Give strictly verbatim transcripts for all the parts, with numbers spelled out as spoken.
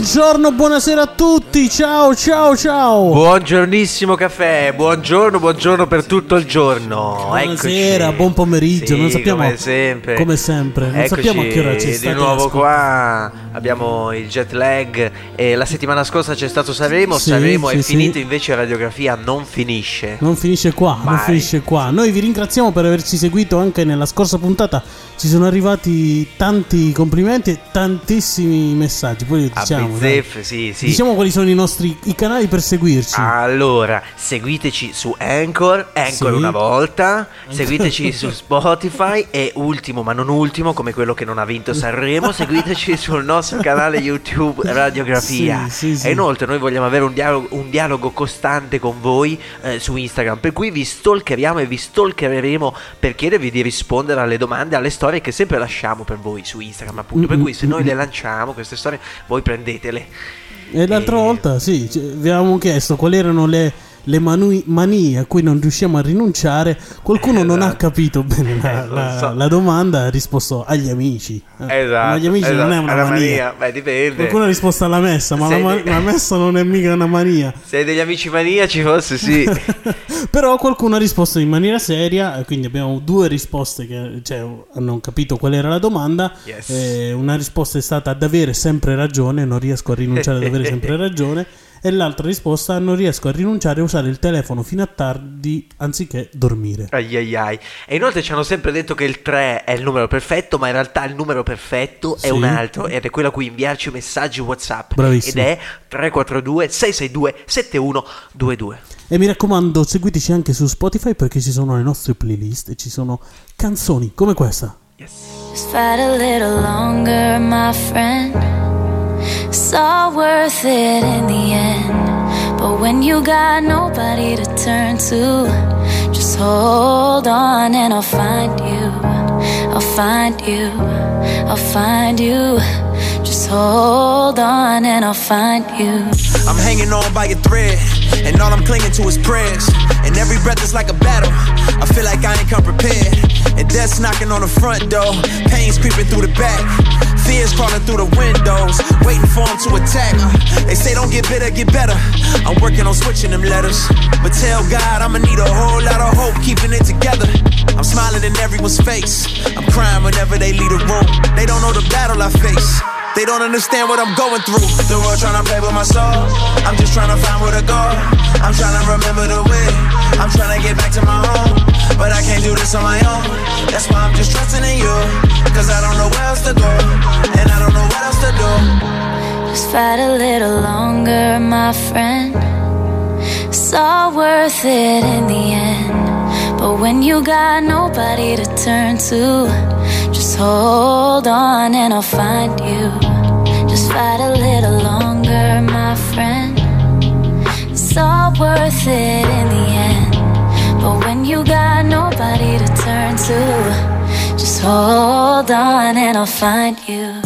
Buongiorno, buonasera a tutti, ciao ciao ciao. Buongiornissimo caffè, buongiorno, buongiorno per tutto il giorno. Buonasera, Eccoci. buon pomeriggio, sì, non sappiamo come sempre. Come sempre, non Eccoci, sappiamo a che ora ci di state nuovo ascoltando. qua, abbiamo il jet lag e la settimana scorsa c'è stato Sanremo, Sì, Sanremo sì, è sì. finito, invece Radiografia non finisce. Non finisce qua, non Mai. finisce qua. Noi vi ringraziamo per averci seguito anche nella scorsa puntata. Ci sono arrivati tanti complimenti e tantissimi messaggi. Poi A diciamo, dai. bizzeffe, sì, sì. Diciamo quali sono i nostri i canali per seguirci. Allora, seguiteci su Anchor, Anchor Sì. una volta, seguiteci su Spotify e ultimo ma non ultimo, come quello che non ha vinto Sanremo, seguiteci sul nostro canale YouTube Radiografia. Sì, sì, sì. E inoltre noi vogliamo avere un dialogo, un dialogo costante con voi eh, su Instagram, per cui vi stalkeriamo e vi stalkereremo per chiedervi di rispondere alle domande, alle storie che sempre lasciamo per voi su Instagram, appunto. Per cui se noi le lanciamo queste storie, voi prendetele. E l'altra E- volta, sì, ci- vi avevamo chiesto quali erano le, le manu- manie a cui non riusciamo a rinunciare. Qualcuno non ha Esatto. capito bene la, Eh, lo la- so. la domanda, ha risposto agli amici. Eh, Esatto, ma gli amici non è esatto, una mania. Beh, dipende. Qualcuno ha risposto alla messa, ma la, Sei ma- de- la messa non è mica una mania. Se degli amici maniaci forse sì. Però qualcuno ha risposto in maniera seria, e quindi abbiamo due risposte che cioè, hanno capito qual era la domanda. Yes. Eh, una risposta è stata ad avere sempre ragione, non riesco a rinunciare ad avere sempre ragione. E l'altra risposta, non riesco a rinunciare a usare il telefono fino a tardi anziché dormire. Ai ai ai. E inoltre ci hanno sempre detto che il tre è il numero perfetto, ma in realtà il numero perfetto è Sì. un altro, ed è quello a cui inviarci messaggi WhatsApp. Bravissimo. Ed è tre quattro due sei sei due sette uno due due. E mi raccomando, seguiteci anche su Spotify perché ci sono le nostre playlist e ci sono canzoni come questa. Yes. Just fight a little longer, my friend. It's all worth it in the end. But when you got nobody to turn to, just hold on and I'll find you. I'll find you. I'll find you. Just hold on and I'll find you. I'm hanging on by a thread, and all I'm clinging to is prayers. And every breath is like a battle. I feel like I ain't come prepared. And death's knocking on the front door, pain's creeping through the back, fears crawling through the windows, waiting for them to attack. They say don't get bitter, get better. I'm working on switching them letters, but tell God I'ma need a whole lot of hope keeping it together. I'm smiling in everyone's face, I'm crying whenever they leave the room. They don't know the battle I face, they don't understand what I'm going through. The world tryna play with my soul, I'm just tryna find where to go. I'm tryna remember the way, I'm tryna get back to my home. But I can't do this on my own, that's why I'm just trusting in you. Cause I don't know where else to go, and I don't know what else to do. Just fight a little longer, my friend. It's all worth it in the end. But when you got nobody to turn to, just hold on and I'll find you. Just fight a little longer, my friend. It's all worth it in the end. But when you got nobody to turn to, just hold on and I'll find you.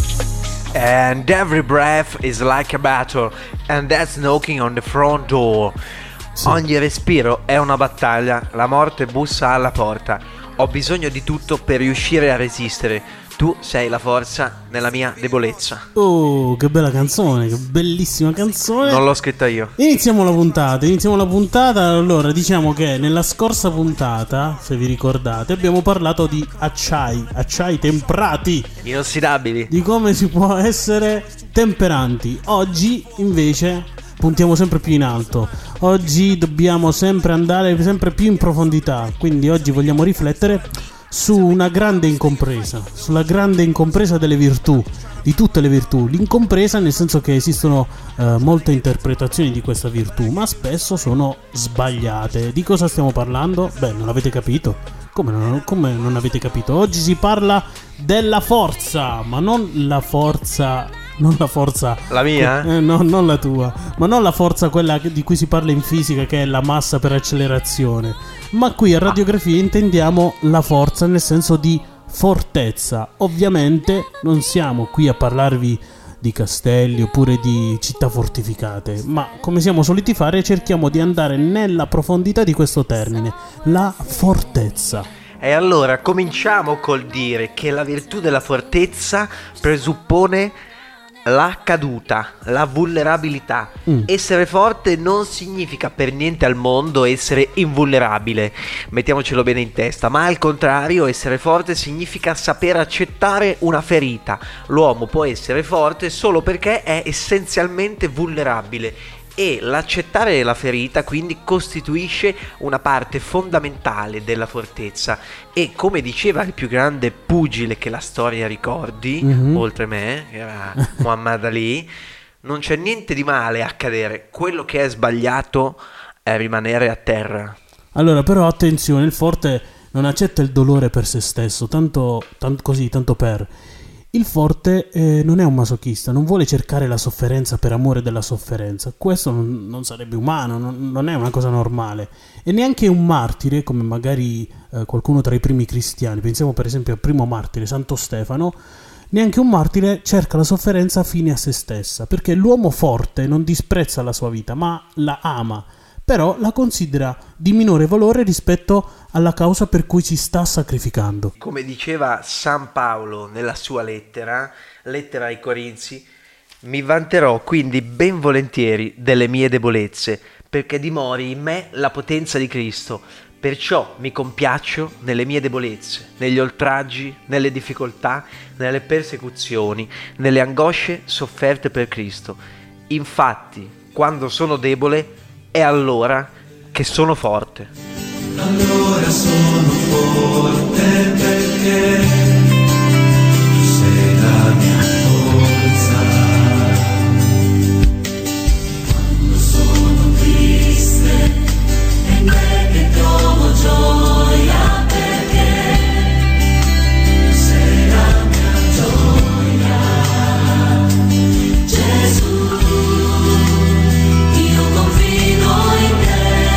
And every breath is like a battle, and that's knocking on the front door. Ogni respiro è una battaglia, la morte bussa alla porta. Ho bisogno di tutto per riuscire a resistere. Tu sei la forza nella mia debolezza. Oh, che bella canzone, che bellissima canzone. Non l'ho scritta io. Iniziamo la puntata, iniziamo la puntata. Allora, diciamo che nella scorsa puntata, se vi ricordate, abbiamo parlato di acciai, acciai temprati, Inossidabili. di come si può essere temperanti. Oggi, invece, puntiamo sempre più in alto. Oggi dobbiamo sempre andare sempre più in profondità. Quindi oggi vogliamo riflettere su una grande incompresa, sulla grande incompresa delle virtù, di tutte le virtù. L'incompresa nel senso che esistono eh, molte interpretazioni di questa virtù, ma spesso sono sbagliate. Di cosa stiamo parlando? Beh, non avete capito? Come non, come non avete capito? Oggi si parla della forza, ma non la forza... Non la forza... La mia? Eh, no, non la tua. Ma non la forza quella di cui si parla in fisica, che è la massa per accelerazione. Ma qui a Radiografia intendiamo la forza nel senso di fortezza. Ovviamente non siamo qui a parlarvi di castelli oppure di città fortificate, ma come siamo soliti fare cerchiamo di andare nella profondità di questo termine, la fortezza. E allora cominciamo col dire che la virtù della fortezza presuppone la caduta, la vulnerabilità. Mm. Essere forte non significa per niente al mondo essere invulnerabile, mettiamocelo bene in testa, ma al contrario essere forte significa saper accettare una ferita. L'uomo può essere forte solo perché è essenzialmente vulnerabile, e l'accettare la ferita quindi costituisce una parte fondamentale della fortezza. E come diceva il più grande pugile che la storia ricordi, mm-hmm. oltre me, che era Muhammad Ali, non c'è niente di male a cadere, quello che è sbagliato è rimanere a terra. Allora però attenzione, il forte non accetta il dolore per se stesso, tanto, tanto così, tanto per... Il forte eh, non è un masochista, non vuole cercare la sofferenza per amore della sofferenza. Questo non, non sarebbe umano, non, non è una cosa normale. E neanche un martire, come magari eh, qualcuno tra i primi cristiani, pensiamo per esempio al primo martire, Santo Stefano, neanche un martire cerca la sofferenza fine a se stessa, perché l'uomo forte non disprezza la sua vita, ma la ama, però la considera di minore valore rispetto alla causa per cui si sta sacrificando. Come diceva San Paolo nella sua lettera, lettera ai Corinzi, mi vanterò quindi ben volentieri delle mie debolezze, perché dimori in me la potenza di Cristo. Perciò mi compiaccio nelle mie debolezze, negli oltraggi, nelle difficoltà, nelle persecuzioni, nelle angosce sofferte per Cristo. Infatti, quando sono debole, è allora che sono forte. Allora sono forte perché tu sei la mia forza. Quando sono triste è me che trovo gioia, perché tu sei la mia gioia. Gesù, io confido in te.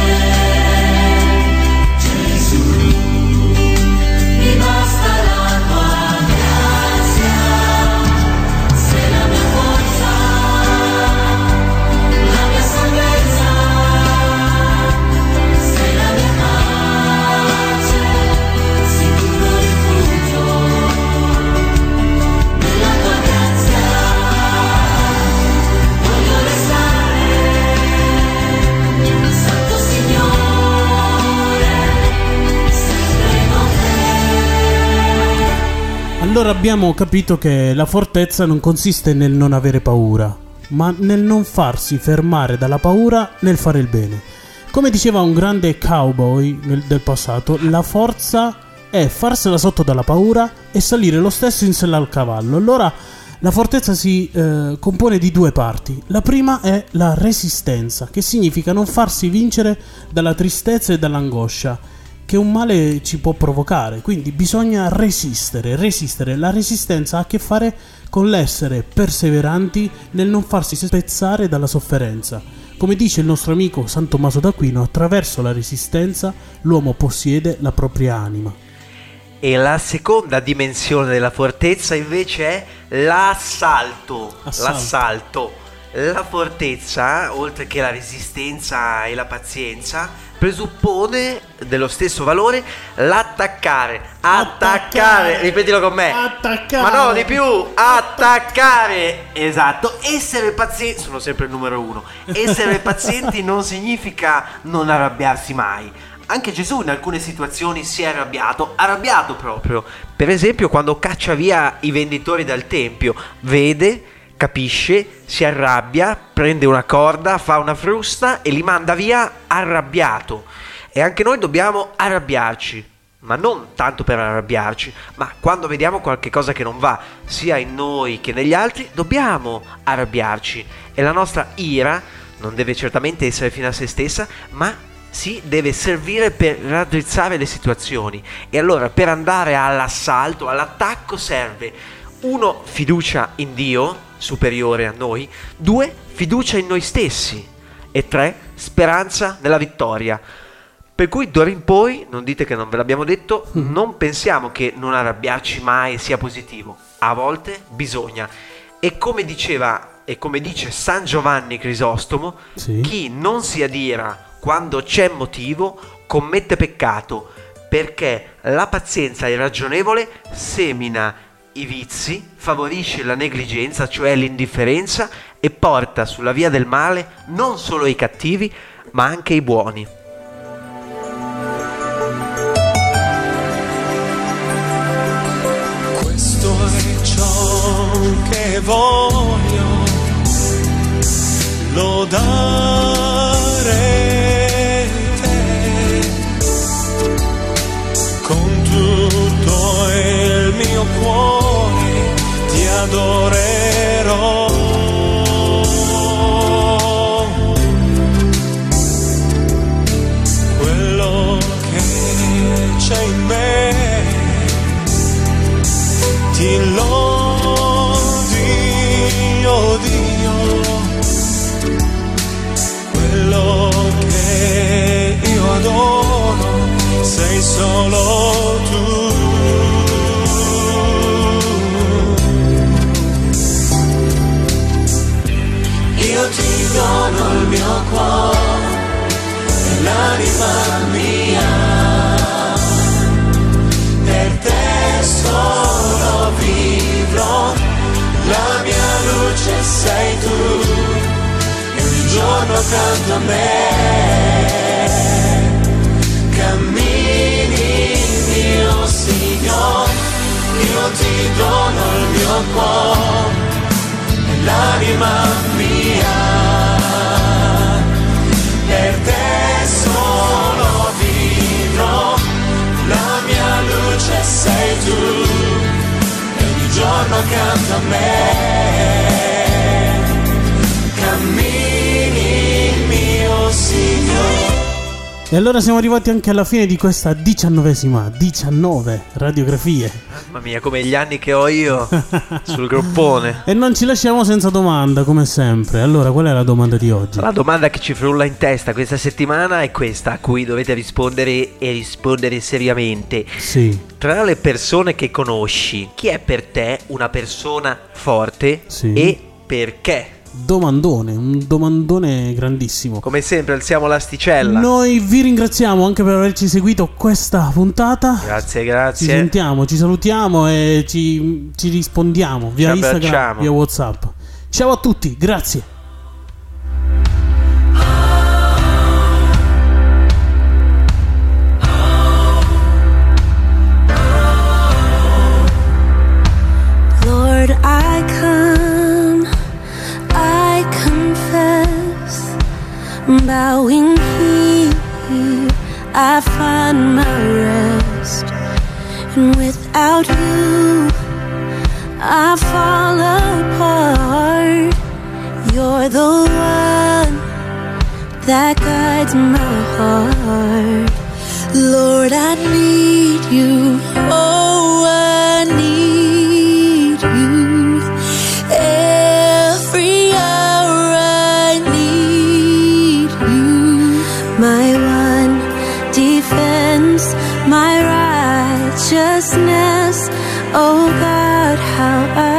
Allora abbiamo capito che la fortezza non consiste nel non avere paura, ma nel non farsi fermare dalla paura nel fare il bene. Come diceva un grande cowboy nel, del passato, la forza è farsela sotto dalla paura e salire lo stesso in sella al cavallo. Allora la fortezza si eh, compone di due parti. La prima è la resistenza, che significa non farsi vincere dalla tristezza e dall'angoscia che un male ci può provocare, quindi bisogna resistere, resistere. La resistenza ha a che fare con l'essere perseveranti nel non farsi spezzare dalla sofferenza. Come dice il nostro amico San Tommaso d'Aquino, attraverso la resistenza l'uomo possiede la propria anima. E la seconda dimensione della fortezza invece è l'assalto. Assalto. L'assalto. La fortezza, oltre che la resistenza e la pazienza, presuppone dello stesso valore l'attaccare. Attaccare, attaccare. Ripetilo con me. Attaccare. Ma no, di più. Attaccare. Esatto. Essere pazienti, sono sempre il numero uno. Essere pazienti non significa non arrabbiarsi mai. Anche Gesù in alcune situazioni si è arrabbiato, arrabbiato proprio. Per esempio quando caccia via i venditori dal tempio, vede, capisce, si arrabbia, prende una corda, fa una frusta e li manda via arrabbiato. E anche noi dobbiamo arrabbiarci, ma non tanto per arrabbiarci, ma quando vediamo qualche cosa che non va, sia in noi che negli altri, dobbiamo arrabbiarci. E la nostra ira non deve certamente essere fine a se stessa, ma si deve servire per raddrizzare le situazioni. E allora per andare all'assalto, all'attacco serve uno, fiducia in Dio superiore a noi, due, fiducia in noi stessi e tre, speranza nella vittoria. Per cui d'ora in poi, non dite che non ve l'abbiamo detto, mm. non pensiamo che non arrabbiarci mai sia positivo. A volte bisogna. E come diceva e come dice San Giovanni Crisostomo, sì. Chi non si adira quando c'è motivo commette peccato, perché la pazienza irragionevole semina i vizi, favorisce la negligenza, cioè l'indifferenza, e porta sulla via del male non solo i cattivi, ma anche i buoni. Questo è ciò che voglio lodare te con tutto il mio cuore, ti adorerò. Quello che c'è in me ti lodi, oh Dio, quello che io adoro sei solo tu. Io ti dono il mio cuore e l'anima mia, per te solo vivrò, la mia luce sei tu, e ogni giorno accanto a me cammini, mio Signore. Io ti dono il mio cuore e l'anima mia, per te solo vivrò, la mia luce sei tu, e ogni giorno accanto a me cammini, mio Signore. E allora siamo arrivati anche alla fine di questa diciannovesima, diciannove radiografie. Mamma mia, come gli anni che ho io sul groppone. E non ci lasciamo senza domanda, come sempre. Allora, qual è la domanda di oggi? La domanda che ci frulla in testa questa settimana è questa, a cui dovete rispondere e rispondere seriamente. Sì. Tra le persone che conosci, chi è per te una persona forte? Sì. E perché? Domandone, un domandone grandissimo. Come sempre alziamo l'asticella. Noi vi ringraziamo anche per averci seguito questa puntata. Grazie, grazie. Ci sentiamo, ci salutiamo e ci, ci rispondiamo via Ci Instagram, abbracciamo. via WhatsApp. Ciao a tutti, grazie. Lord, I come, I confess, bowing here, I find my rest, and without you, I fall apart. You're the one that guides my heart. Lord, I need you, oh, I need you. Every hour I need you. My one defense, my righteousness. Oh God, how I